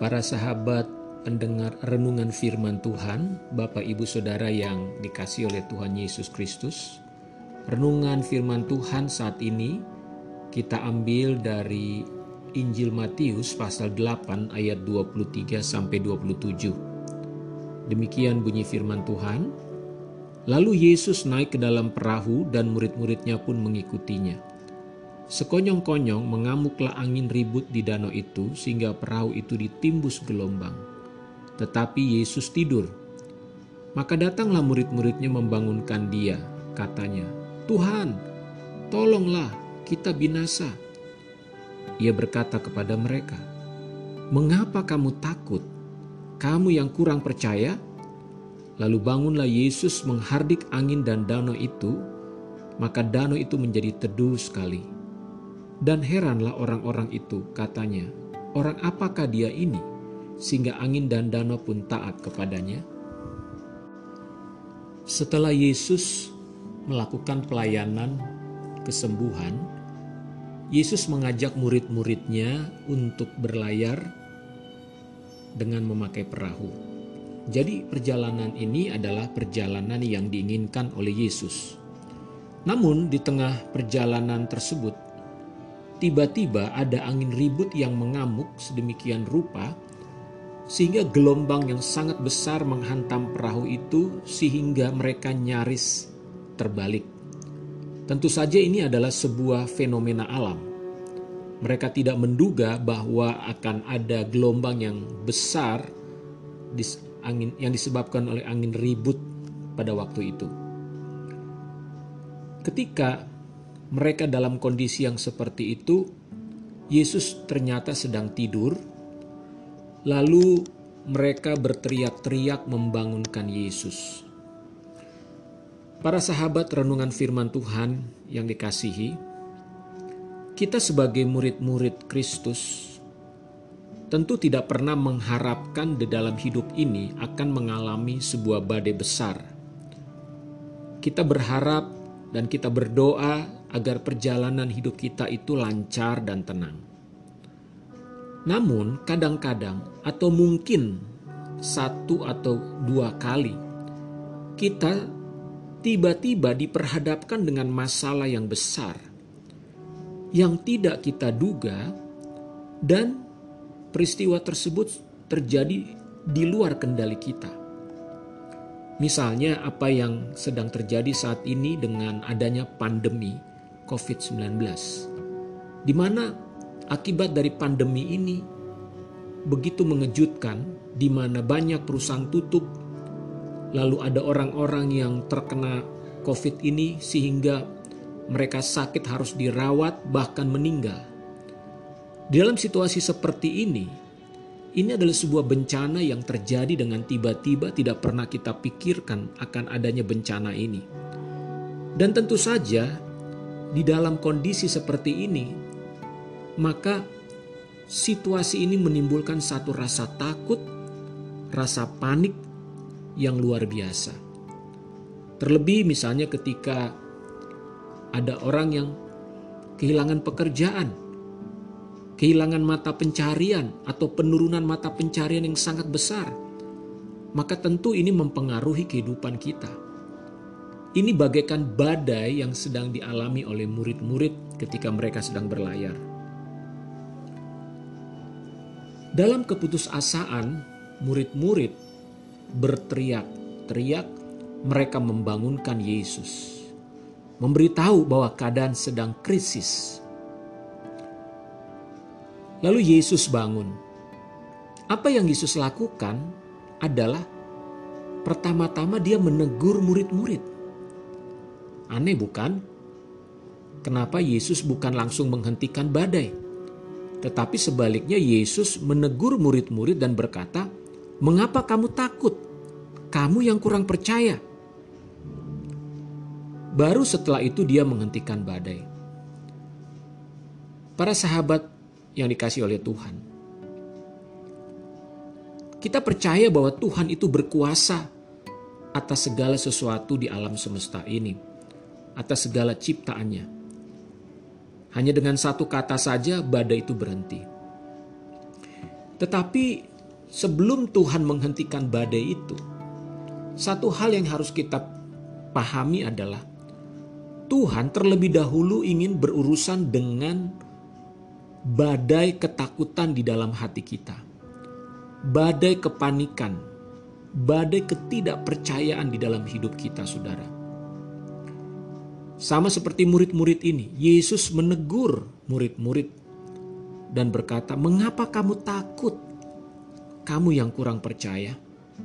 Para sahabat pendengar renungan firman Tuhan, Bapak Ibu Saudara yang dikasihi oleh Tuhan Yesus Kristus. Renungan firman Tuhan saat ini kita ambil dari Injil Matius pasal 8 ayat 23 sampai 27. Demikian bunyi firman Tuhan. Lalu Yesus naik ke dalam perahu dan murid-muridnya pun mengikutinya. Sekonyong-konyong mengamuklah angin ribut di danau itu sehingga perahu itu ditimbus gelombang. Tetapi Yesus tidur. Maka datanglah murid-muridnya membangunkan dia. Katanya, "Tuhan, tolonglah, kita binasa." Ia berkata kepada mereka, "Mengapa kamu takut? Kamu yang kurang percaya?" Lalu bangunlah Yesus menghardik angin dan danau itu, maka danau itu menjadi teduh sekali. Dan heranlah orang-orang itu, katanya, "Orang apakah dia ini, sehingga angin dan danau pun taat kepadanya?" Setelah Yesus melakukan pelayanan kesembuhan, Yesus mengajak murid-muridnya untuk berlayar dengan memakai perahu. Jadi perjalanan ini adalah perjalanan yang diinginkan oleh Yesus. Namun di tengah perjalanan tersebut, tiba-tiba ada angin ribut yang mengamuk sedemikian rupa sehingga gelombang yang sangat besar menghantam perahu itu sehingga mereka nyaris terbalik. Tentu saja ini adalah sebuah fenomena alam. Mereka tidak menduga bahwa akan ada gelombang yang besar yang disebabkan oleh angin ribut pada waktu itu. Ketika mereka dalam kondisi yang seperti itu, Yesus ternyata sedang tidur. Lalu mereka berteriak-teriak membangunkan Yesus. Para sahabat renungan firman Tuhan yang dikasihi, kita sebagai murid-murid Kristus tentu tidak pernah mengharapkan di dalam hidup ini akan mengalami sebuah badai besar. Kita berharap dan kita berdoa agar perjalanan hidup kita itu lancar dan tenang. Namun kadang-kadang atau mungkin satu atau dua kali kita tiba-tiba diperhadapkan dengan masalah yang besar yang tidak kita duga dan peristiwa tersebut terjadi di luar kendali kita. Misalnya apa yang sedang terjadi saat ini dengan adanya pandemi COVID-19, di mana akibat dari pandemi ini begitu mengejutkan, di mana banyak perusahaan tutup, lalu ada orang-orang yang terkena COVID ini sehingga mereka sakit harus dirawat bahkan meninggal. Di dalam situasi seperti ini adalah sebuah bencana yang terjadi dengan tiba-tiba, tidak pernah kita pikirkan akan adanya bencana ini. Dan tentu saja di dalam kondisi seperti ini, maka situasi ini menimbulkan satu rasa takut, rasa panik yang luar biasa. Terlebih misalnya ketika ada orang yang kehilangan pekerjaan, kehilangan mata pencarian atau penurunan mata pencarian yang sangat besar, maka tentu ini mempengaruhi kehidupan kita. Ini bagaikan badai yang sedang dialami oleh murid-murid ketika mereka sedang berlayar. Dalam keputusasaan, murid-murid berteriak-teriak, mereka membangunkan Yesus, memberitahu bahwa keadaan sedang krisis. Lalu Yesus bangun. Apa yang Yesus lakukan adalah pertama-tama dia menegur murid-murid. Aneh bukan? Kenapa Yesus bukan langsung menghentikan badai? Tetapi sebaliknya Yesus menegur murid-murid dan berkata, "Mengapa kamu takut? Kamu yang kurang percaya." Baru setelah itu dia menghentikan badai. Para sahabat yang dikasihi oleh Tuhan, kita percaya bahwa Tuhan itu berkuasa atas segala sesuatu di alam semesta ini, atas segala ciptaannya. Hanya dengan satu kata saja badai itu berhenti. Tetapi sebelum Tuhan menghentikan badai itu, satu hal yang harus kita pahami adalah Tuhan terlebih dahulu ingin berurusan dengan badai ketakutan di dalam hati kita, badai kepanikan, badai ketidakpercayaan di dalam hidup kita, saudara. Sama seperti murid-murid ini, Yesus menegur murid-murid dan berkata, "Mengapa kamu takut? Kamu yang kurang percaya."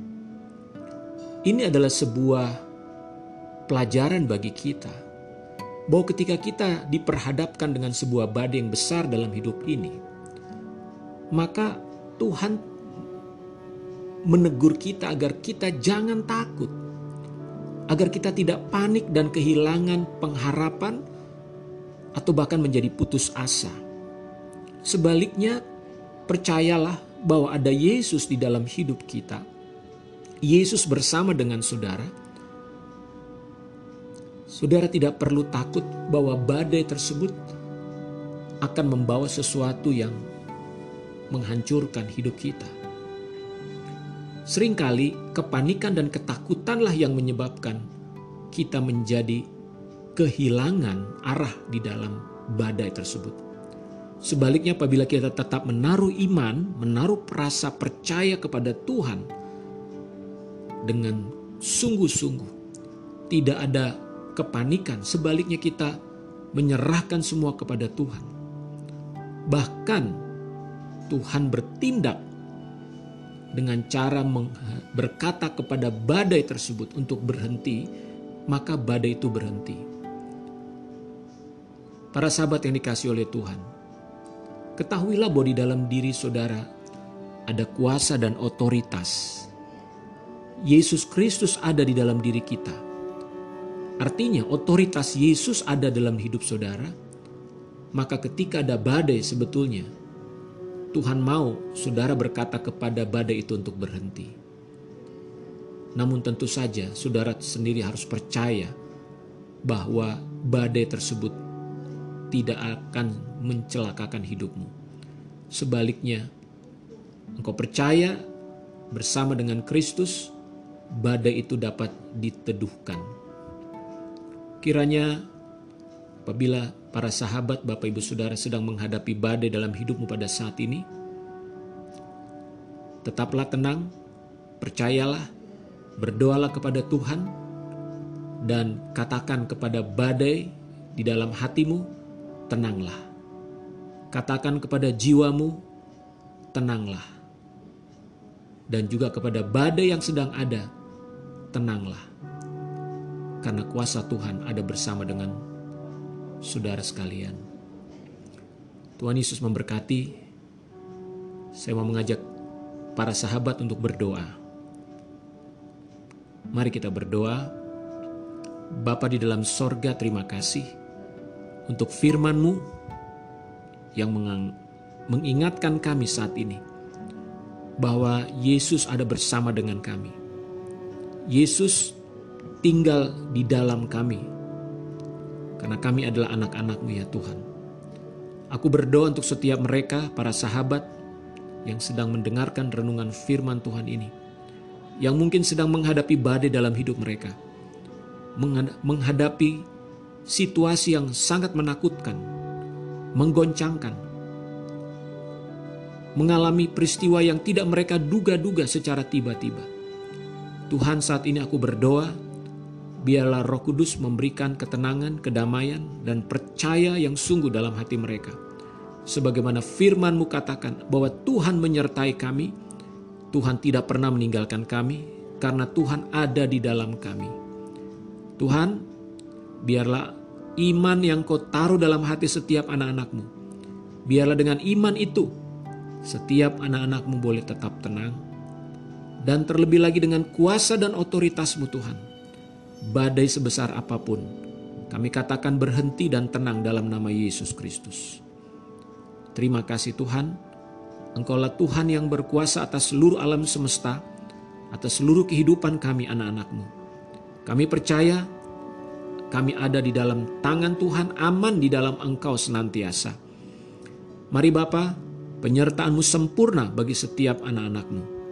Ini adalah sebuah pelajaran bagi kita, bahwa ketika kita diperhadapkan dengan sebuah badai yang besar dalam hidup ini, maka Tuhan menegur kita agar kita jangan takut, agar kita tidak panik dan kehilangan pengharapan atau bahkan menjadi putus asa. Sebaliknya, percayalah bahwa ada Yesus di dalam hidup kita. Yesus bersama dengan saudara. Saudara tidak perlu takut bahwa badai tersebut akan membawa sesuatu yang menghancurkan hidup kita. Seringkali kepanikan dan ketakutanlah yang menyebabkan kita menjadi kehilangan arah di dalam badai tersebut. Sebaliknya, apabila kita tetap menaruh iman, menaruh rasa percaya kepada Tuhan dengan sungguh-sungguh, tidak ada kepanikan, sebaliknya kita menyerahkan semua kepada Tuhan. Bahkan Tuhan bertindak dengan cara berkata kepada badai tersebut untuk berhenti, maka badai itu berhenti. Para sahabat yang dikasihi oleh Tuhan, ketahuilah bahwa di dalam diri saudara ada kuasa dan otoritas. Yesus Kristus ada di dalam diri kita. Artinya otoritas Yesus ada dalam hidup saudara. Maka ketika ada badai, sebetulnya Tuhan mau saudara berkata kepada badai itu untuk berhenti. Namun tentu saja saudara sendiri harus percaya bahwa badai tersebut tidak akan mencelakakan hidupmu. Sebaliknya, engkau percaya bersama dengan Kristus, badai itu dapat diteduhkan. Kiranya apabila para sahabat, Bapak Ibu Saudara sedang menghadapi badai dalam hidupmu pada saat ini, tetaplah tenang, percayalah, berdoalah kepada Tuhan, dan katakan kepada badai di dalam hatimu, tenanglah. Katakan kepada jiwamu, tenanglah. Dan juga kepada badai yang sedang ada, tenanglah. Karena kuasa Tuhan ada bersama dengan saudara sekalian. Tuhan Yesus memberkati. Saya mau mengajak para sahabat untuk berdoa. Mari kita berdoa. Bapa di dalam sorga, terima kasih untuk firman-Mu yang mengingatkan kami saat ini bahwa Yesus ada bersama dengan kami. Yesus tinggal di dalam kami karena kami adalah anak-anak-Mu ya Tuhan. Aku berdoa untuk setiap mereka, para sahabat yang sedang mendengarkan renungan firman Tuhan ini, yang mungkin sedang menghadapi badai dalam hidup mereka, menghadapi situasi yang sangat menakutkan, menggoncangkan, mengalami peristiwa yang tidak mereka duga-duga secara tiba-tiba. Tuhan, saat ini aku berdoa, biarlah Roh Kudus memberikan ketenangan, kedamaian, dan percaya yang sungguh dalam hati mereka. Sebagaimana firman-Mu katakan bahwa Tuhan menyertai kami, Tuhan tidak pernah meninggalkan kami, karena Tuhan ada di dalam kami. Tuhan, biarlah iman yang Kau taruh dalam hati setiap anak-anak-Mu, biarlah dengan iman itu, setiap anak-anak-Mu boleh tetap tenang. Dan terlebih lagi dengan kuasa dan otoritas-Mu Tuhan, badai sebesar apapun, kami katakan berhenti dan tenang dalam nama Yesus Kristus. Terima kasih Tuhan, Engkaulah Tuhan yang berkuasa atas seluruh alam semesta, atas seluruh kehidupan kami anak-anak-Mu. Kami percaya kami ada di dalam tangan Tuhan, aman di dalam Engkau senantiasa. Mari Bapa, penyertaan-Mu sempurna bagi setiap anak-anak-Mu.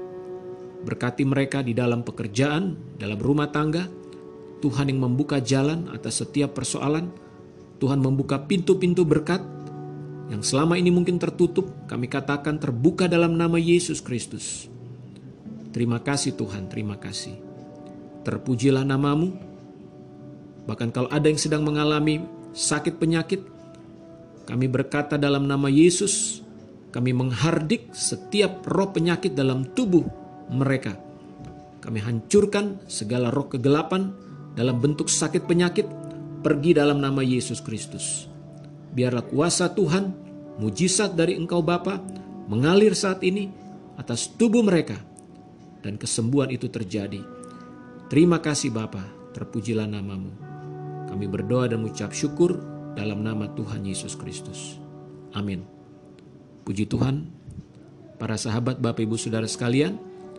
Berkati mereka di dalam pekerjaan, dalam rumah tangga. Tuhan yang membuka jalan atas setiap persoalan. Tuhan membuka pintu-pintu berkat yang selama ini mungkin tertutup. Kami katakan terbuka dalam nama Yesus Kristus. Terima kasih Tuhan, terima kasih. Terpujilah namamu. Bahkan kalau ada yang sedang mengalami sakit penyakit, kami berkata dalam nama Yesus, kami menghardik setiap roh penyakit dalam tubuh mereka. Kami hancurkan segala roh kegelapan dalam bentuk sakit penyakit, pergi dalam nama Yesus Kristus. Biarlah kuasa Tuhan, mujizat dari Engkau Bapa, mengalir saat ini atas tubuh mereka, dan kesembuhan itu terjadi. Terima kasih Bapa, terpujilah namamu. Kami berdoa dan mengucap syukur dalam nama Tuhan Yesus Kristus. Amin. Puji Tuhan, para sahabat Bapak Ibu Saudara sekalian,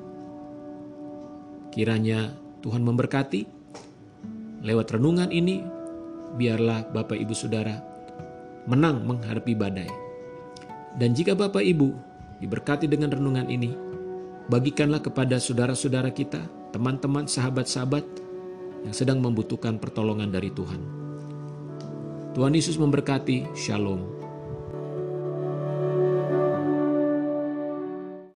kiranya Tuhan memberkati. Lewat renungan ini, biarlah Bapak Ibu Saudara menang menghadapi badai. Dan jika Bapak Ibu diberkati dengan renungan ini, bagikanlah kepada saudara-saudara kita, teman-teman, sahabat-sahabat yang sedang membutuhkan pertolongan dari Tuhan. Tuhan Yesus memberkati. Shalom.